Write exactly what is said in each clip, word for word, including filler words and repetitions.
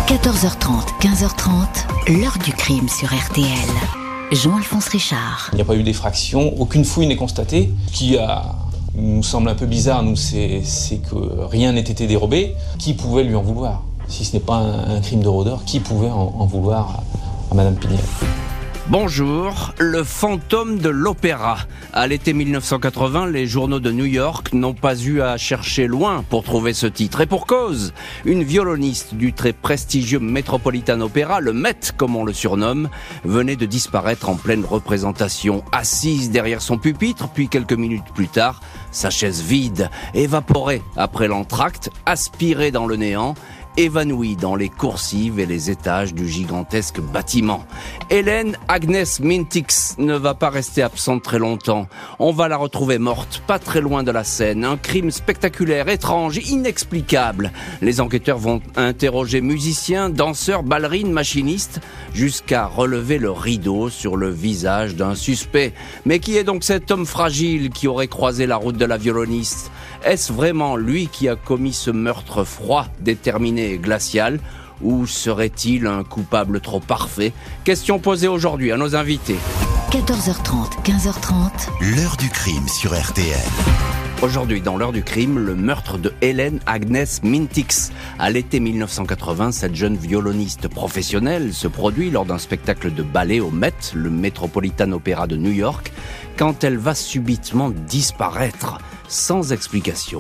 quatorze heures trente, quinze heures trente, l'heure du crime sur R T L. Jean-Alphonse Richard. Il n'y a pas eu d'effraction, aucune fouille n'est constatée. Ce qui a, nous semble un peu bizarre, nous, c'est, c'est que rien n'ait été dérobé. Qui pouvait lui en vouloir ? Si ce n'est pas un, un crime de rôdeur, qui pouvait en, en vouloir à, à Madame Pignel ? Bonjour, le fantôme de l'opéra. À l'été mille neuf cent quatre-vingts, les journaux de New York n'ont pas eu à chercher loin pour trouver ce titre. Et pour cause, une violoniste du très prestigieux Metropolitan Opera, le Met comme on le surnomme, venait de disparaître en pleine représentation, assise derrière son pupitre, puis quelques minutes plus tard, sa chaise vide, évaporée après l'entracte, aspirée dans le néant, évanouie dans les coursives et les étages du gigantesque bâtiment. Hélène Agnès Mintix ne va pas rester absente très longtemps. On va la retrouver morte, pas très loin de la scène. Un crime spectaculaire, étrange, inexplicable. Les enquêteurs vont interroger musiciens, danseurs, ballerines, machinistes, jusqu'à relever le rideau sur le visage d'un suspect. Mais qui est donc cet homme fragile qui aurait croisé la route de la violoniste ? Est-ce vraiment lui qui a commis ce meurtre froid, déterminé et glacial, ou serait-il un coupable trop parfait ? Question posée aujourd'hui à nos invités. quatorze heures trente, quinze heures trente. L'heure du crime sur R T L. Aujourd'hui, dans l'heure du crime, le meurtre de Hélène Agnès Mintix. À l'été mille neuf cent quatre-vingts, cette jeune violoniste professionnelle se produit lors d'un spectacle de ballet au Met, le Metropolitan Opera de New York, quand elle va subitement disparaître, sans explication.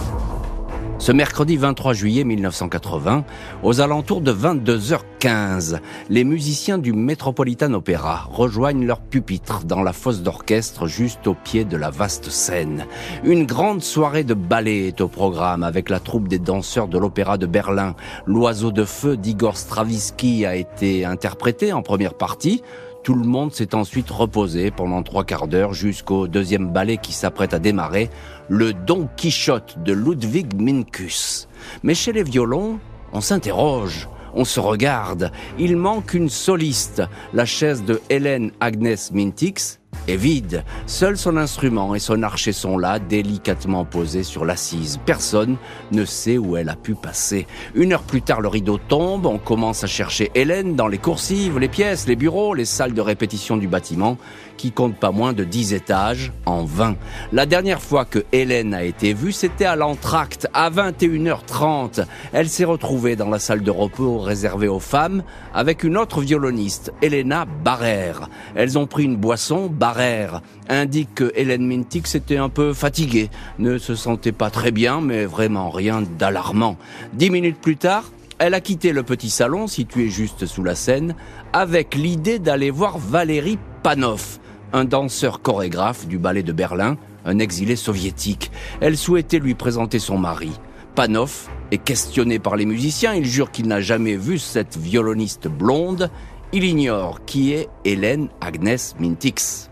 Ce mercredi vingt-trois juillet mille neuf cent quatre-vingts, aux alentours de vingt-deux heures quinze, les musiciens du Metropolitan Opera rejoignent leur pupitre dans la fosse d'orchestre juste au pied de la vaste scène. Une grande soirée de ballet est au programme avec la troupe des danseurs de l'Opéra de Berlin. L'Oiseau de feu d'Igor Stravinsky a été interprété en première partie. Tout le monde s'est ensuite reposé pendant trois quarts d'heure jusqu'au deuxième ballet qui s'apprête à démarrer, le Don Quichotte de Ludwig Minkus. Mais chez les violons, on s'interroge, on se regarde. Il manque une soliste. La chaise de Hélène Agnès Mintix est vide. Seul son instrument et son archet sont là, délicatement posés sur l'assise. Personne ne sait où elle a pu passer. Une heure plus tard, le rideau tombe. On commence à chercher Hélène dans les coursives, les pièces, les bureaux, les salles de répétition du bâtiment, qui compte pas moins de dix étages, en vain. La dernière fois que Hélène a été vue, c'était à l'entracte, à vingt et une heures trente. Elle s'est retrouvée dans la salle de repos réservée aux femmes, avec une autre violoniste, Elena Barrère. Elles ont pris une boisson. Barrère indique que Hélène Mintix était un peu fatiguée, ne se sentait pas très bien, mais vraiment rien d'alarmant. Dix minutes plus tard, elle a quitté le petit salon, situé juste sous la scène, avec l'idée d'aller voir Valérie Panov, un danseur chorégraphe du ballet de Berlin, un exilé soviétique. Elle souhaitait lui présenter son mari. Panov est questionné par les musiciens, il jure qu'il n'a jamais vu cette violoniste blonde. Il ignore qui est Hélène Agnès Mintix.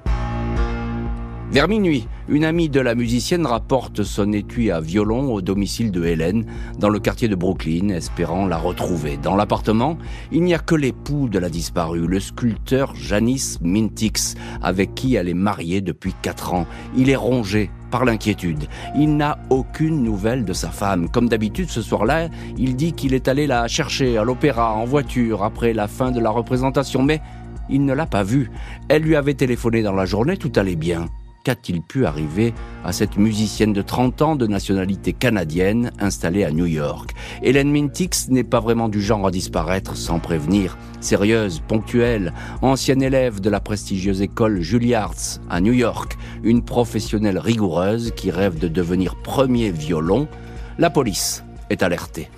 Vers minuit, une amie de la musicienne rapporte son étui à violon au domicile de Hélène, dans le quartier de Brooklyn, espérant la retrouver. Dans l'appartement, il n'y a que l'époux de la disparue, le sculpteur Janis Mintix, avec qui elle est mariée depuis quatre ans. Il est rongé par l'inquiétude. Il n'a aucune nouvelle de sa femme. Comme d'habitude, ce soir-là, il dit qu'il est allé la chercher à l'opéra, en voiture, après la fin de la représentation. Mais il ne l'a pas vue. Elle lui avait téléphoné dans la journée, tout allait bien. Qu'a-t-il pu arriver à cette musicienne de trente ans de nationalité canadienne installée à New York ? Hélène Mintix n'est pas vraiment du genre à disparaître sans prévenir. Sérieuse, ponctuelle, ancienne élève de la prestigieuse école Juilliard à New York, une professionnelle rigoureuse qui rêve de devenir premier violon, la police est alertée.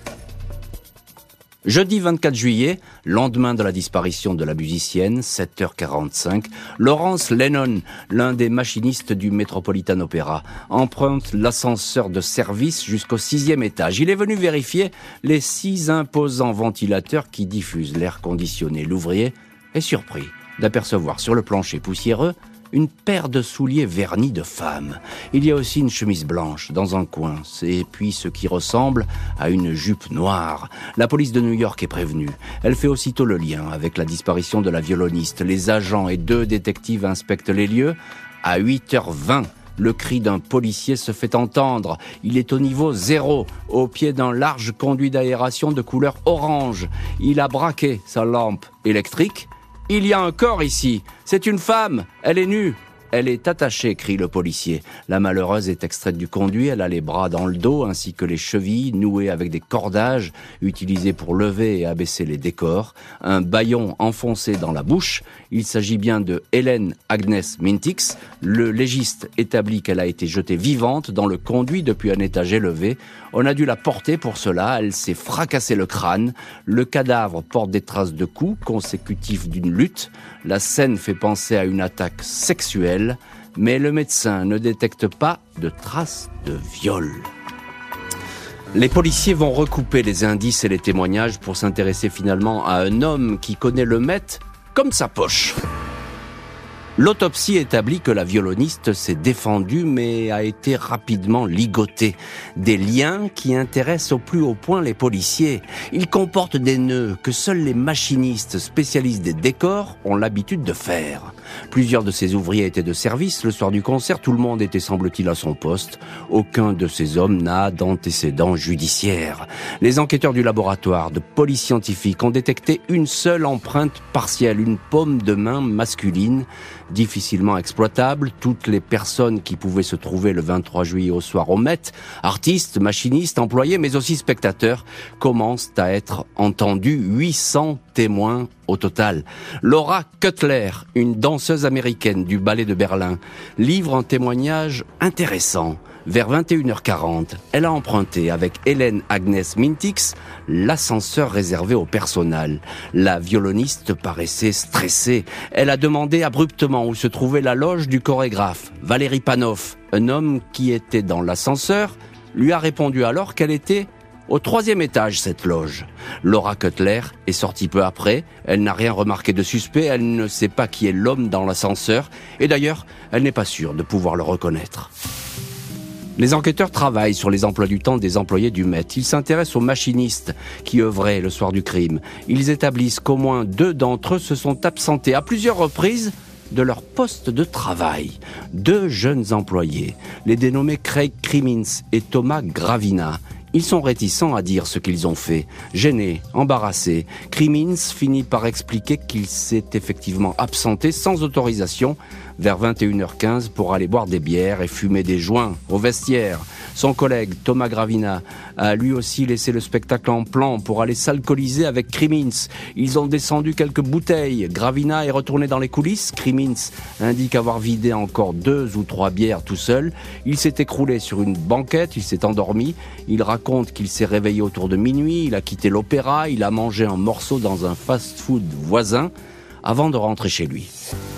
Jeudi vingt-quatre juillet, lendemain de la disparition de la musicienne, sept heures quarante-cinq, Lawrence Lennon, l'un des machinistes du Metropolitan Opera, emprunte l'ascenseur de service jusqu'au sixième étage. Il est venu vérifier les six imposants ventilateurs qui diffusent l'air conditionné. L'ouvrier est surpris d'apercevoir sur le plancher poussiéreux une paire de souliers vernis de femme. Il y a aussi une chemise blanche dans un coin, et puis ce qui ressemble à une jupe noire. La police de New York est prévenue. Elle fait aussitôt le lien avec la disparition de la violoniste. Les agents et deux détectives inspectent les lieux. À huit heures vingt, Le cri d'un policier se fait entendre. Il est au niveau zéro, au pied d'un large conduit d'aération de couleur orange. Il a braqué sa lampe électrique. Il y a un corps ici. C'est une femme. Elle est nue. Elle est attachée, crie le policier. La malheureuse est extraite du conduit, elle a les bras dans le dos ainsi que les chevilles nouées avec des cordages utilisés pour lever et abaisser les décors. Un bâillon enfoncé dans la bouche. Il s'agit bien de Helen Agnes Mintix. Le légiste établit qu'elle a été jetée vivante dans le conduit depuis un étage élevé. On a dû la porter pour cela, elle s'est fracassé le crâne. Le cadavre porte des traces de coups consécutifs d'une lutte. La scène fait penser à une attaque sexuelle, mais le médecin ne détecte pas de traces de viol. Les policiers vont recouper les indices et les témoignages pour s'intéresser finalement à un homme qui connaît le Met comme sa poche. L'autopsie établit que la violoniste s'est défendue mais a été rapidement ligotée. Des liens qui intéressent au plus haut point les policiers. Ils comportent des nœuds que seuls les machinistes spécialistes des décors ont l'habitude de faire. Plusieurs de ces ouvriers étaient de service. Le soir du concert, tout le monde était, semble-t-il, à son poste. Aucun de ces hommes n'a d'antécédents judiciaires. Les enquêteurs du laboratoire de police scientifique ont détecté une seule empreinte partielle, une paume de main masculine, difficilement exploitable. Toutes les personnes qui pouvaient se trouver le vingt-trois juillet au soir au Met, artistes, machinistes, employés, mais aussi spectateurs, commencent à être entendus. huit cents témoins au total. Laura Cutler, une danseuse américaine du ballet de Berlin, livre un témoignage intéressant. Vers vingt et une heures quarante, elle a emprunté avec Helen Agnes Mintix l'ascenseur réservé au personnel. La violoniste paraissait stressée. Elle a demandé abruptement où se trouvait la loge du chorégraphe, Valérie Panov. Un homme qui était dans l'ascenseur lui a répondu alors qu'elle était au troisième étage, cette loge. Laura Cutler est sortie peu après. Elle n'a rien remarqué de suspect. Elle ne sait pas qui est l'homme dans l'ascenseur. Et d'ailleurs, elle n'est pas sûre de pouvoir le reconnaître. Les enquêteurs travaillent sur les emplois du temps des employés du Met. Ils s'intéressent aux machinistes qui œuvraient le soir du crime. Ils établissent qu'au moins deux d'entre eux se sont absentés à plusieurs reprises de leur poste de travail. Deux jeunes employés, les dénommés Craig Crimmins et Thomas Gravina. Ils sont réticents à dire ce qu'ils ont fait. Gênés, embarrassés, Crimmins finit par expliquer qu'il s'est effectivement absenté sans autorisation vers vingt et une heures quinze pour aller boire des bières et fumer des joints au vestiaire. Son collègue Thomas Gravina a lui aussi laissé le spectacle en plan pour aller s'alcooliser avec Crimmins. Ils ont descendu quelques bouteilles. Gravina est retourné dans les coulisses. Crimmins indique avoir vidé encore deux ou trois bières tout seul. Il s'est écroulé sur une banquette, il s'est endormi. Il raconte qu'il s'est réveillé autour de minuit, il a quitté l'opéra, il a mangé un morceau dans un fast-food voisin avant de rentrer chez lui.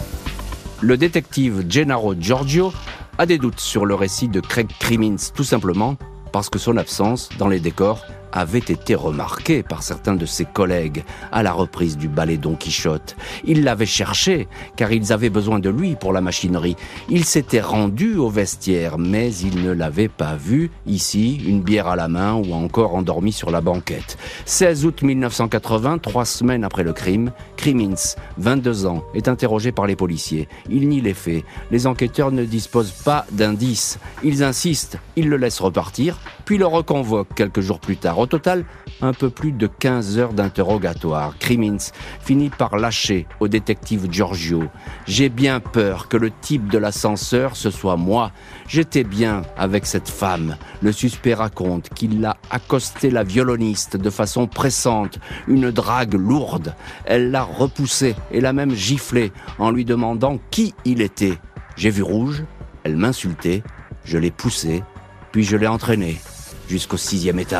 Le détective Gennaro Giorgio a des doutes sur le récit de Craig Crimmins, tout simplement parce que son absence dans les décors avait été remarquée par certains de ses collègues à la reprise du ballet Don Quichotte. Ils l'avaient cherché car ils avaient besoin de lui pour la machinerie. Il s'était rendu au vestiaire mais il ne l'avait pas vu ici, une bière à la main ou encore endormi sur la banquette. seize août mille neuf cent quatre-vingts, trois semaines après le crime, Crimmins, vingt-deux ans, est interrogé par les policiers. Il nie les faits. Les enquêteurs ne disposent pas d'indices. Ils insistent, ils le laissent repartir, puis le reconvoquent quelques jours plus tard. Au total, un peu plus de quinze heures d'interrogatoire. Crimmins finit par lâcher au détective Giorgio. « J'ai bien peur que le type de l'ascenseur, ce soit moi. J'étais bien avec cette femme. » Le suspect raconte qu'il a accosté la violoniste de façon pressante, une drague lourde. Elle l'a repoussé et l'a même giflé en lui demandant qui il était. « J'ai vu rouge, elle m'insultait, je l'ai poussé, puis je l'ai entraîné jusqu'au sixième étage. »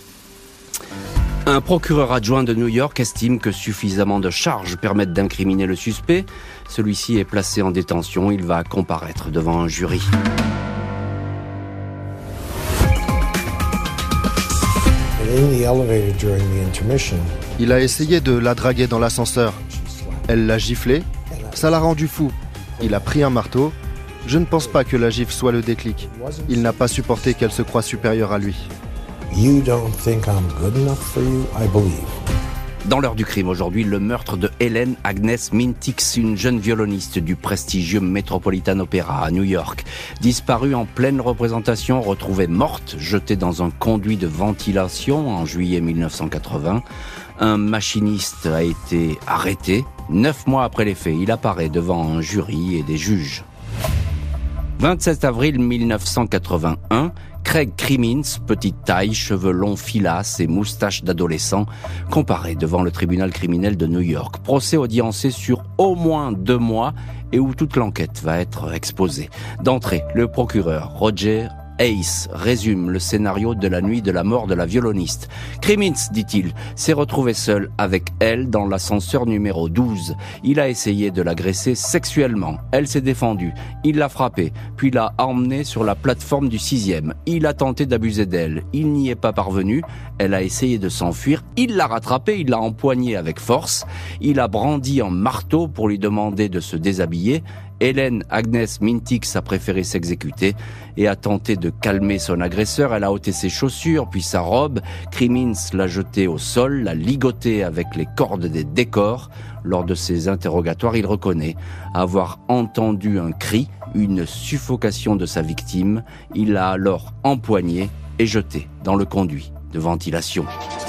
Un procureur adjoint de New York estime que suffisamment de charges permettent d'incriminer le suspect. Celui-ci est placé en détention. Il va comparaître devant un jury. Il a essayé de la draguer dans l'ascenseur. Elle l'a giflé. Ça l'a rendu fou. Il a pris un marteau. Je ne pense pas que la gifle soit le déclic. Il n'a pas supporté qu'elle se croie supérieure à lui. You don't think I'm good enough for you? I believe. Dans l'heure du crime aujourd'hui, le meurtre de Helen Agnes Mintix, une jeune violoniste du prestigieux Metropolitan Opera à New York. Disparue en pleine représentation, retrouvée morte, jetée dans un conduit de ventilation en juillet mille neuf cent quatre-vingts. Un machiniste a été arrêté. Neuf mois après les faits, il apparaît devant un jury et des juges. vingt-sept avril mille neuf cent quatre-vingt-un, Craig Crimmins, petite taille, cheveux longs filasses et moustache d'adolescent, comparaît devant le tribunal criminel de New York. Procès audiencé sur au moins deux mois et où toute l'enquête va être exposée. D'entrée, le procureur Roger Ace résume le scénario de la nuit de la mort de la violoniste. Crimmins, dit-il, s'est retrouvé seul avec elle dans l'ascenseur numéro douze. Il a essayé de l'agresser sexuellement. Elle s'est défendue. Il l'a frappée, puis l'a emmenée sur la plateforme du sixième. Il a tenté d'abuser d'elle. Il n'y est pas parvenu. Elle a essayé de s'enfuir. Il l'a rattrapée, il l'a empoignée avec force. Il a brandi un marteau pour lui demander de se déshabiller. Helen Agnes Mintix a préféré s'exécuter et a tenté de calmer son agresseur. Elle a ôté ses chaussures, puis sa robe. Crimmins l'a jetée au sol, l'a ligotée avec les cordes des décors. Lors de ses interrogatoires, il reconnaît avoir entendu un cri, une suffocation de sa victime. Il l'a alors empoignée et jetée dans le conduit de ventilation.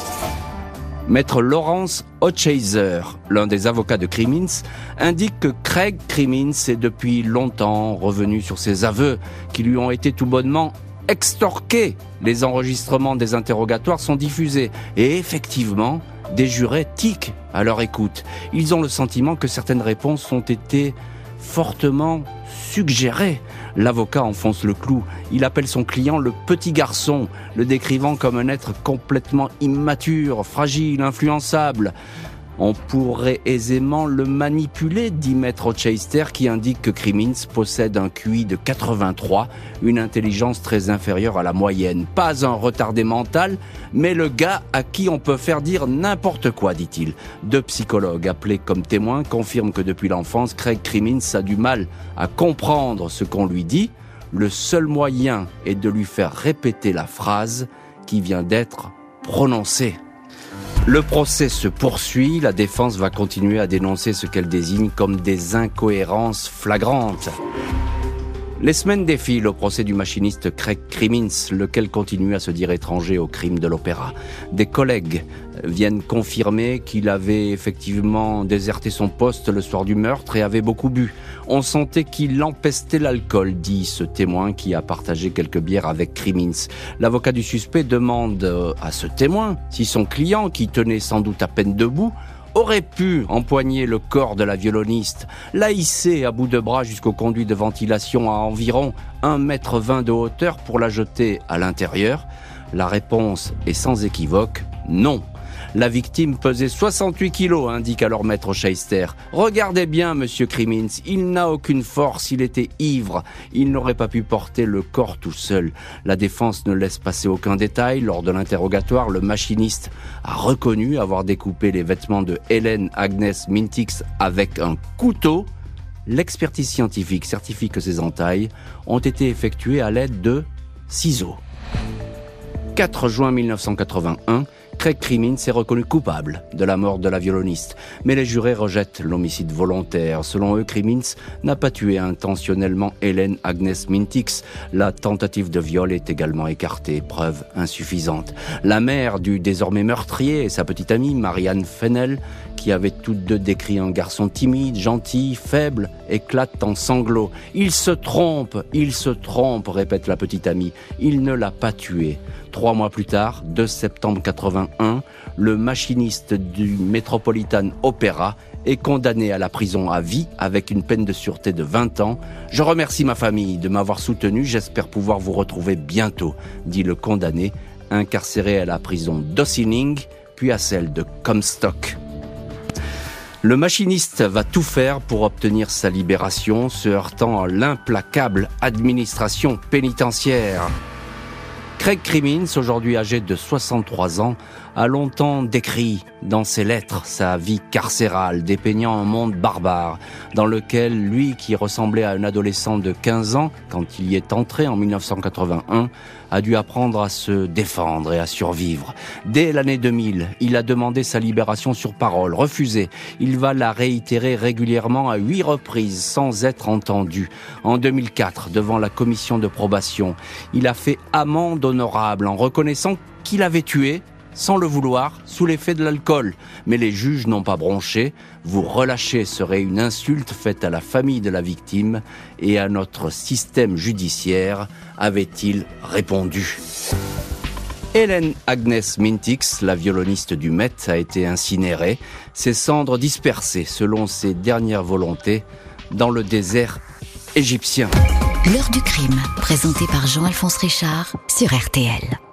Maître Lawrence Hochheiser, l'un des avocats de Crimmins, indique que Craig Crimmins est depuis longtemps revenu sur ses aveux qui lui ont été tout bonnement extorqués. Les enregistrements des interrogatoires sont diffusés et effectivement, des jurés tiquent à leur écoute. Ils ont le sentiment que certaines réponses ont été fortement suggérées. L'avocat enfonce le clou. Il appelle son client le petit garçon, le décrivant comme un être complètement immature, fragile, influençable. On pourrait aisément le manipuler, dit Maître Hochheiser, qui indique que Crimmins possède un Q I de quatre-vingt-trois, une intelligence très inférieure à la moyenne. Pas un retardé mental, mais le gars à qui on peut faire dire n'importe quoi, dit-il. Deux psychologues appelés comme témoins confirment que depuis l'enfance, Craig Crimmins a du mal à comprendre ce qu'on lui dit. Le seul moyen est de lui faire répéter la phrase qui vient d'être prononcée. Le procès se poursuit, la défense va continuer à dénoncer ce qu'elle désigne comme des incohérences flagrantes. Les semaines défilent au procès du machiniste Craig Crimmins, lequel continue à se dire étranger au crime de l'opéra. Des collègues viennent confirmer qu'il avait effectivement déserté son poste le soir du meurtre et avait beaucoup bu. On sentait qu'il empestait l'alcool, dit ce témoin qui a partagé quelques bières avec Crimmins. L'avocat du suspect demande à ce témoin si son client, qui tenait sans doute à peine debout, aurait pu empoigner le corps de la violoniste, la hisser à bout de bras jusqu'au conduit de ventilation à environ un mètre vingt de hauteur pour la jeter à l'intérieur. La réponse est sans équivoque, non. La victime pesait soixante-huit kilos, indique alors Maître Hochheiser. Regardez bien, monsieur Crimmins, il n'a aucune force, il était ivre. Il n'aurait pas pu porter le corps tout seul. La défense ne laisse passer aucun détail. Lors de l'interrogatoire, le machiniste a reconnu avoir découpé les vêtements de Helen Agnes Mintix avec un couteau. L'expertise scientifique certifie que ces entailles ont été effectuées à l'aide de ciseaux. quatre juin mille neuf cent quatre-vingt-un, Craig Crimmins est reconnu coupable de la mort de la violoniste. Mais les jurés rejettent l'homicide volontaire. Selon eux, Crimmins n'a pas tué intentionnellement Helen Agnes Mintix. La tentative de viol est également écartée, preuve insuffisante. La mère du désormais meurtrier et sa petite amie, Marianne Fennell, qui avaient toutes deux décrit un garçon timide, gentil, faible, éclatent en sanglots. Il se trompe, il se trompe, répète la petite amie. Il ne l'a pas tué. Trois mois plus tard, deux septembre quatre-vingt-un, le machiniste du Metropolitan Opera est condamné à la prison à vie avec une peine de sûreté de vingt ans. Je remercie ma famille de m'avoir soutenu. J'espère pouvoir vous retrouver bientôt, dit le condamné, incarcéré à la prison d'Ossining, puis à celle de Comstock. Le machiniste va tout faire pour obtenir sa libération, se heurtant à l'implacable administration pénitentiaire. Craig Crimmins, aujourd'hui âgé de soixante-trois ans, a longtemps décrit dans ses lettres sa vie carcérale, dépeignant un monde barbare, dans lequel lui, qui ressemblait à un adolescent de quinze ans, quand il y est entré en mille neuf cent quatre-vingt-un, a dû apprendre à se défendre et à survivre. Dès l'année deux mille, il a demandé sa libération sur parole, refusée. Il va la réitérer régulièrement à huit reprises sans être entendu. En deux mille quatre, devant la commission de probation, il a fait amende honorable en reconnaissant qu'il avait tué, sans le vouloir, sous l'effet de l'alcool. Mais les juges n'ont pas bronché. Vous relâcher serait une insulte faite à la famille de la victime et à notre système judiciaire, avait-il répondu. Hélène Agnès Mintix, la violoniste du Met, a été incinérée, ses cendres dispersées, selon ses dernières volontés, dans le désert égyptien. L'heure du crime, présenté par Jean-Alphonse Richard sur R T L.